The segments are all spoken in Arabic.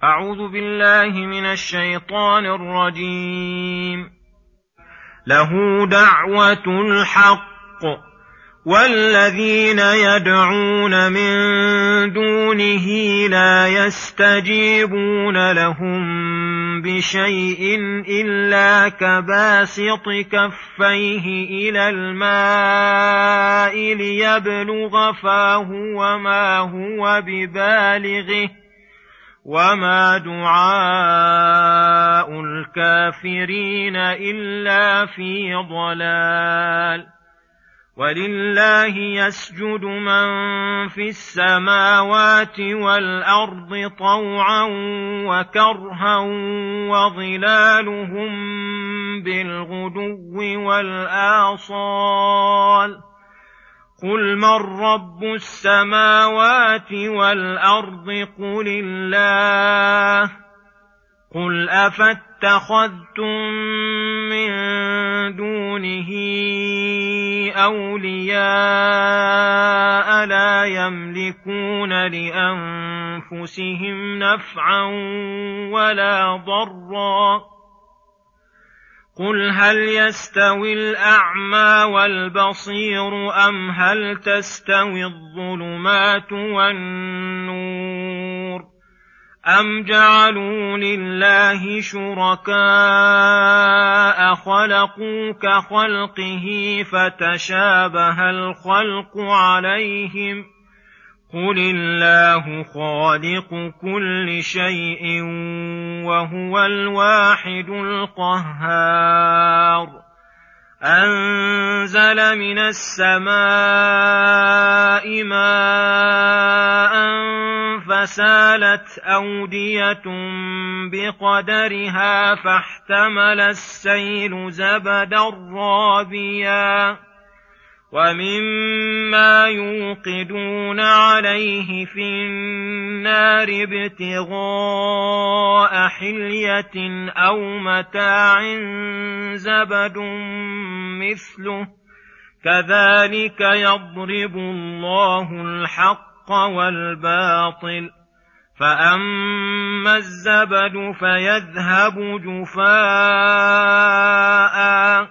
أعوذ بالله من الشيطان الرجيم. له دعوة الحق والذين يدعون من دونه لا يستجيبون لهم بشيء إلا كباسط كفيه إلى الماء ليبلغ فاه وما هو ببالغه وما دعاء الكافرين إلا في ضلال. ولله يسجد من في السماوات والأرض طوعا وكرها وظلالهم بالغدو والآصال. قل من رب السماوات والأرض قل الله. قل أفاتخذتم من دونه أولياء لا يملكون لأنفسهم نفعا ولا ضرا. قل هل يستوي الأعمى والبصير أم هل تستوي الظلمات والنور أم جعلوا لله شركاء خلقوا كخلقه فتشابه الخلق عليهم. قل الله خالق كل شيء وهو الواحد القهار. أنزل من السماء ماء فسالت أودية بقدرها فاحتمل السيل زبدا رابيا ومما يوقدون عليه في النار ابتغاء حلية أو متاع زبد مثله كذلك يضرب الله الحق والباطل. فأما الزبد فيذهب جفاء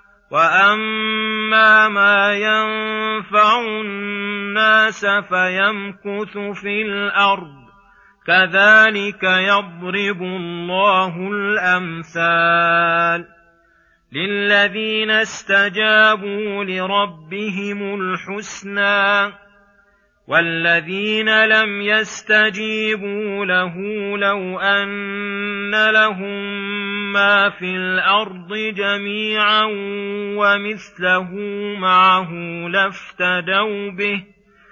وأما ما ينفع الناس فيمكث في الأرض كذلك يضرب الله الأمثال. للذين استجابوا لربهم الحسنى والذين لم يستجيبوا له لو أن لهم ما في الأرض جميعا ومثله معه لافتدوا به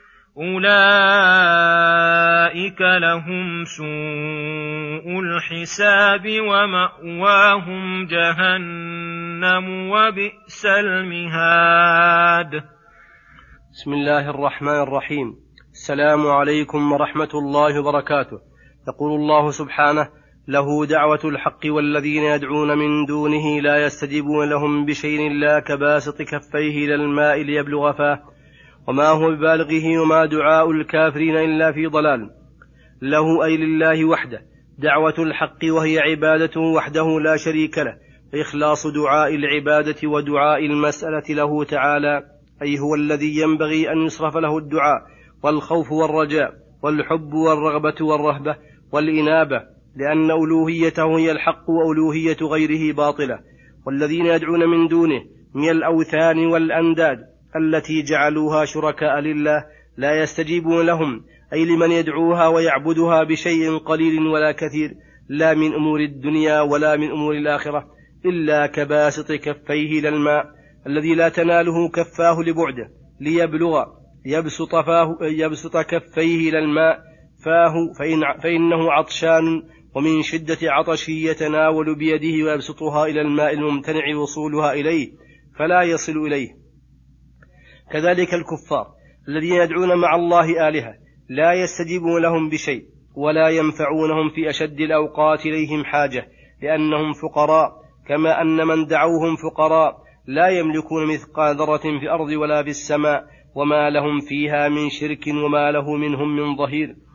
أولئك لهم سوء الحساب ومأواهم جهنم وبئس المهاد. بسم الله الرحمن الرحيم. السلام عليكم ورحمة الله وبركاته. يقول الله سبحانه: له دعوة الحق والذين يدعون من دونه لا يستجيبون لهم بشيء إلا كباسط كفيه إلى الماء ليبلغ فاه وما هو ببالغه وما دعاء الكافرين إلا في ضلال. له أي لله وحده دعوة الحق وهي عبادته وحده لا شريك له، إخلاص دعاء العبادة ودعاء المسألة له تعالى، أي هو الذي ينبغي أن يصرف له الدعاء والخوف والرجاء والحب والرغبة والرهبة والإنابة، لأن ألوهيته هي الحق وألوهية غيره باطلة. والذين يدعون من دونه من الأوثان والأنداد التي جعلوها شركاء لله لا يستجيبون لهم، أي لمن يدعوها ويعبدها بشيء قليل ولا كثير، لا من أمور الدنيا ولا من أمور الآخرة، إلا كباسط كفيه إلى الماء الذي لا تناله كفاه لبعده ليبلغ يبسط كفيه إلى الماء فإنه عطشان ومن شدة عطشه يتناول بيده ويبسطها إلى الماء الممتنع وصولها إليه فلا يصل إليه. كذلك الكفار الذين يدعون مع الله آلهة لا يستجيبون لهم بشيء ولا ينفعونهم في أشد الأوقات إليهم حاجة، لأنهم فقراء، كما أن من دعوهم فقراء لا يملكون مثقال ذرة في الأرض ولا في السماء وما لهم فيها من شرك وما له منهم من ظهير.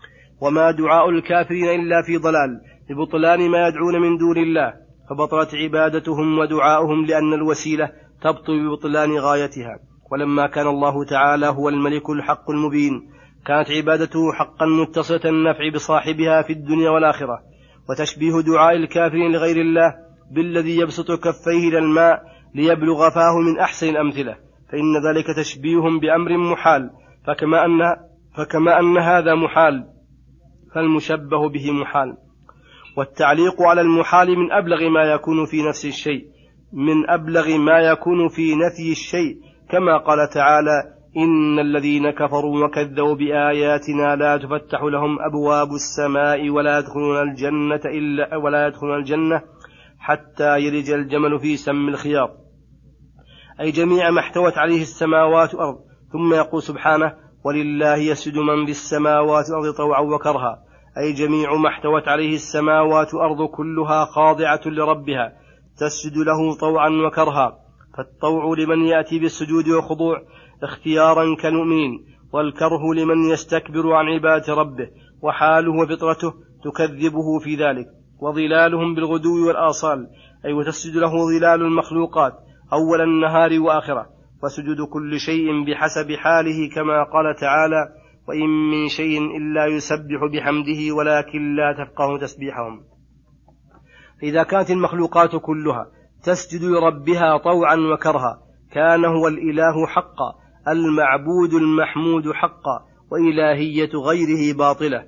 وما دعاء الكافرين إلا في ضلال ببطلان ما يدعون من دون الله، فبطلت عبادتهم ودعاؤهم لأن الوسيلة تبطل ببطلان غايتها. ولما كان الله تعالى هو الملك الحق المبين كانت عبادته حقا متصلة النفع بصاحبها في الدنيا والآخرة. وتشبيه دعاء الكافرين لغير الله بالذي يبسط كفيه إلى الماء ليبلغ فاه من أحسن الأمثلة، فإن ذلك تشبيههم بأمر محال، فكما أن هذا محال فالمشبه به محال. والتعليق على المحال من أبلغ ما يكون في نفس الشيء، من أبلغ ما يكون في نفي الشيء، كما قال تعالى: إن الذين كفروا وكذبوا بآياتنا لا تفتح لهم أبواب السماء ولا يدخلون الجنة حتى يلج الجمل في سم الخياط، أي جميع ما احتوت عليه السماوات والأرض. ثم يقول سبحانه: ولله يسجد من في السماوات والأرض طوعا وكرها، أي جميع ما احتوت عليه السماوات والأرض كلها خاضعة لربها تسجد له طوعا وكرها. فالطوع لمن يأتي بالسجود والخضوع اختيارا كالمؤمنين، والكره لمن يستكبر عن عبادة ربه وحاله وفطرته تكذبه في ذلك. وظلالهم بالغدو والآصال، أي وتسجد له ظلال المخلوقات أول النهار وآخره، وسجود كل شيء بحسب حاله، كما قال تعالى: وإن من شيء إلا يسبح بحمده ولكن لا تفقهون تسبيحهم. إذا كانت المخلوقات كلها تسجد لربها طوعا وكرها كان هو الإله حقا، المعبود المحمود حقا، وإلهية غيره باطلة.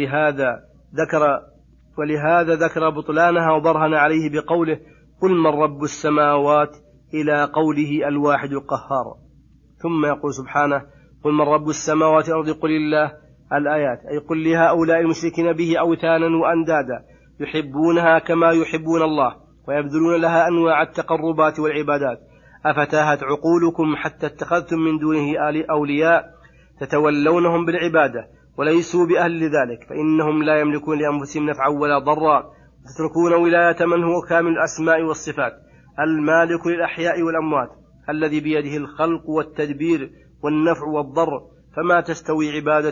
ولهذا ذكر بطلانها وبرهن عليه بقوله: قل من رب السماوات، إلى قوله الواحد القهار. ثم يقول سبحانه: قل من رب السماوات والأرض قل الله، الآيات، أي قل لهؤلاء المشركين به أوثانا وأندادا يحبونها كما يحبون الله ويبذلون لها أنواع التقربات والعبادات. أفتاهت عقولكم حتى اتخذتم من دونه أولياء تتولونهم بالعبادة وليسوا بأهل ذلك، فإنهم لا يملكون لأنفسهم نفعا ولا ضرا، تتركون ولاية من هو كامل الأسماء والصفات، المالك للأحياء والأموات، الذي بيده الخلق والتدبير والنفع والضر. فما تستوي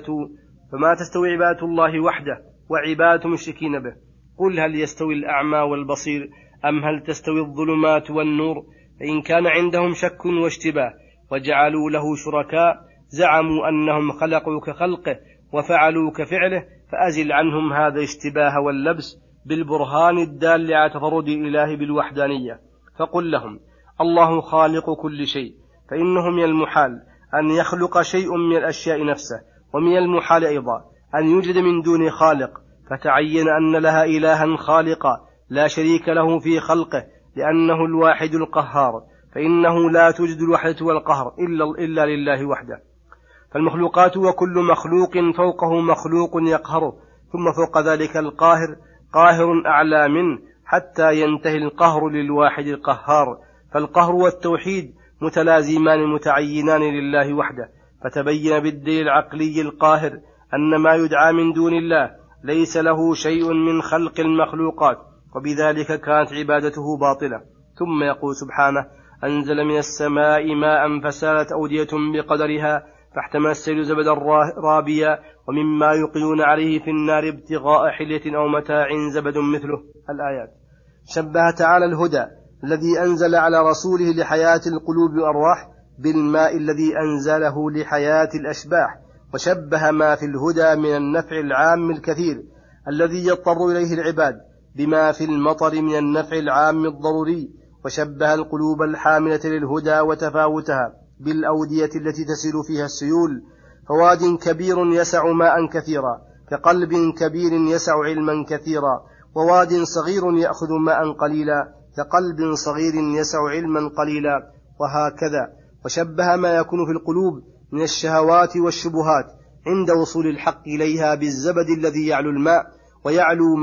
عبادة الله وحده وعبادة المشركين به. قل هل يستوي الأعمى والبصير أم هل تستوي الظلمات والنور؟ فإن كان عندهم شك واشتباه وجعلوا له شركاء زعموا أنهم خلقوا كخلقه وفعلوا كفعله، فأزل عنهم هذا الاشتباه واللبس بالبرهان الدال على تفرد الإله بالوحدانية. فقل لهم: الله خالق كل شيء، فإنه من المحال أن يخلق شيء من الأشياء نفسه، ومن المحال أيضا أن يوجد من دون خالق، فتعين أن لها إلها خالقا لا شريك له في خلقه، لأنه الواحد القهار، فإنه لا توجد الوحدة والقهر إلا لله وحده. فالمخلوقات وكل مخلوق فوقه مخلوق يقهره، ثم فوق ذلك القاهر قاهر أعلى منه، حتى ينتهي القهر للواحد القهار. فالقهر والتوحيد متلازمان متعينان لله وحده. فتبين بالدليل العقلي القاهر أن ما يدعى من دون الله ليس له شيء من خلق المخلوقات، وبذلك كانت عبادته باطلة. ثم يقول سبحانه: أنزل من السماء ماء فسالت أودية بقدرها فاحتمل السيل زبدا رابيا ومما يوقدون عليه في النار ابتغاء حلية أو متاع زبد مثله. الآيات. شبه تعالى الهدى الذي أنزل على رسوله لحياة القلوب والأرواح بالماء الذي أنزله لحياة الأشباح، وشبه ما في الهدى من النفع العام الكثير الذي يضطر إليه العباد بما في المطر من النفع العام الضروري، وشبه القلوب الحاملة للهدى وتفاوتها بالأودية التي تسير فيها السيول، فواد كبير يسع ماء كثيرا كقلب كبير يسع علما كثيرا، وواد صغير يأخذ ماء قليلا كقلب صغير يسع علما قليلا، وهكذا. وشبه ما يكون في القلوب من الشهوات والشبهات عند وصول الحق إليها بالزبد الذي يعلو الماء ويعلو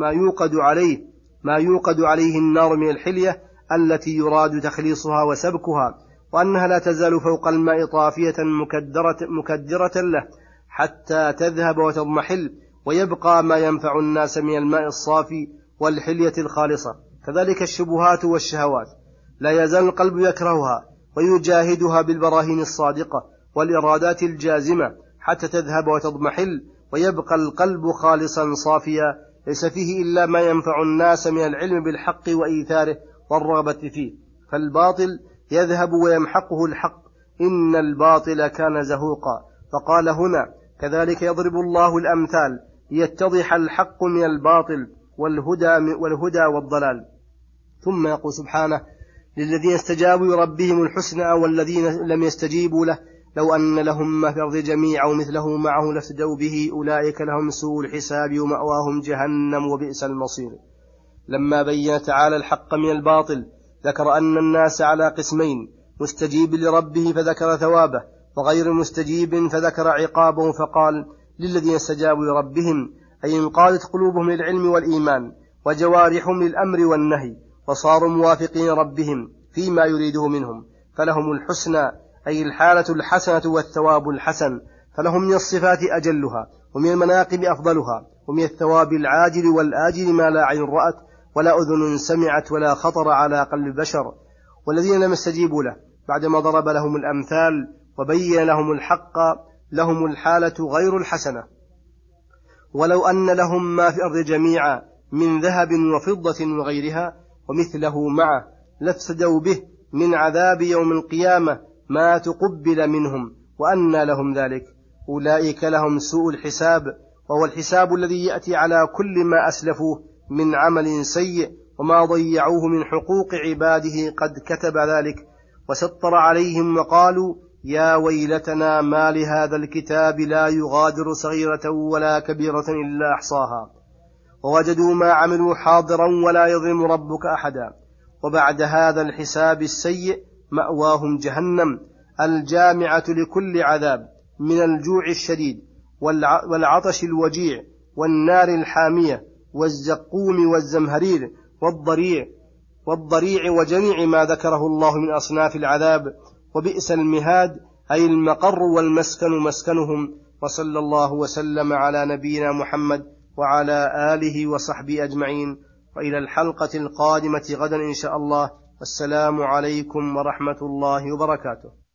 ما يوقد عليه النار من الحلية التي يراد تخليصها وسبكها، وأنها لا تزال فوق الماء طافية مكدرة له حتى تذهب وتضمحل، ويبقى ما ينفع الناس من الماء الصافي والحلية الخالصة. كذلك الشبهات والشهوات لا يزال القلب يكرهها ويجاهدها بالبراهين الصادقة والإرادات الجازمة حتى تذهب وتضمحل، ويبقى القلب خالصا صافيا ليس فيه إلا ما ينفع الناس من العلم بالحق وإيثاره والرغبة فيه، فالباطل يذهب ويمحقه الحق، إن الباطل كان زهوقا. فقال هنا: كذلك يضرب الله الأمثال ليتضح الحق من الباطل والهدى والضلال. ثم يقول سبحانه: للذين استجابوا لربهم الحسنى والذين لم يستجيبوا له لو أن لهم ما في الأرض جميعا ومثله معه لافتدوا به أولئك لهم سوء الحساب ومأواهم جهنم وبئس المصير. لما بين تعالى الحق من الباطل ذكر أن الناس على قسمين: مستجيب لربه فذكر ثوابه، وغير مستجيب فذكر عقابه، فقال: للذين استجابوا لربهم أي انقادت قلوبهم للعلم والإيمان وجوارحهم للأمر والنهي، وصاروا موافقين ربهم فيما يريده منهم، فلهم الحسنى أي الحالة الحسنة والثواب الحسن، فلهم من الصفات أجلها، ومن المناقب أفضلها، ومن الثواب العاجل والآجل ما لا عين رأت ولا أذن سمعت ولا خطر على قلب البشر. والذين لم يستجيبوا له بعدما ضرب لهم الأمثال وبين لهم الحق لهم الحالة غير الحسنة: ولو أن لهم ما في الأرض جميعا من ذهب وفضة وغيرها ومثله معه لافتدوا به من عذاب يوم القيامة ما تقبل منهم وأنى لهم ذلك. أولئك لهم سوء الحساب، وهو الحساب الذي يأتي على كل ما أسلفوه من عمل سيء وما ضيعوه من حقوق عباده قد كتب ذلك وسطر عليهم، وقالوا: يا ويلتنا ما لهذا الكتاب لا يغادر صغيرة ولا كبيرة إلا أحصاها ووجدوا ما عملوا حاضرا ولا يظلم ربك أحدا. وبعد هذا الحساب السيء مأواهم جهنم الجامعة لكل عذاب من الجوع الشديد والعطش الوجيع والنار الحامية والزقوم والزمهرير والضريع وجميع ما ذكره الله من أصناف العذاب. وبئس المهاد أي المقر والمسكن مسكنهم. وصلى الله وسلم على نبينا محمد وعلى آله وصحبه أجمعين، وإلى الحلقة القادمة غدا إن شاء الله، والسلام عليكم ورحمة الله وبركاته.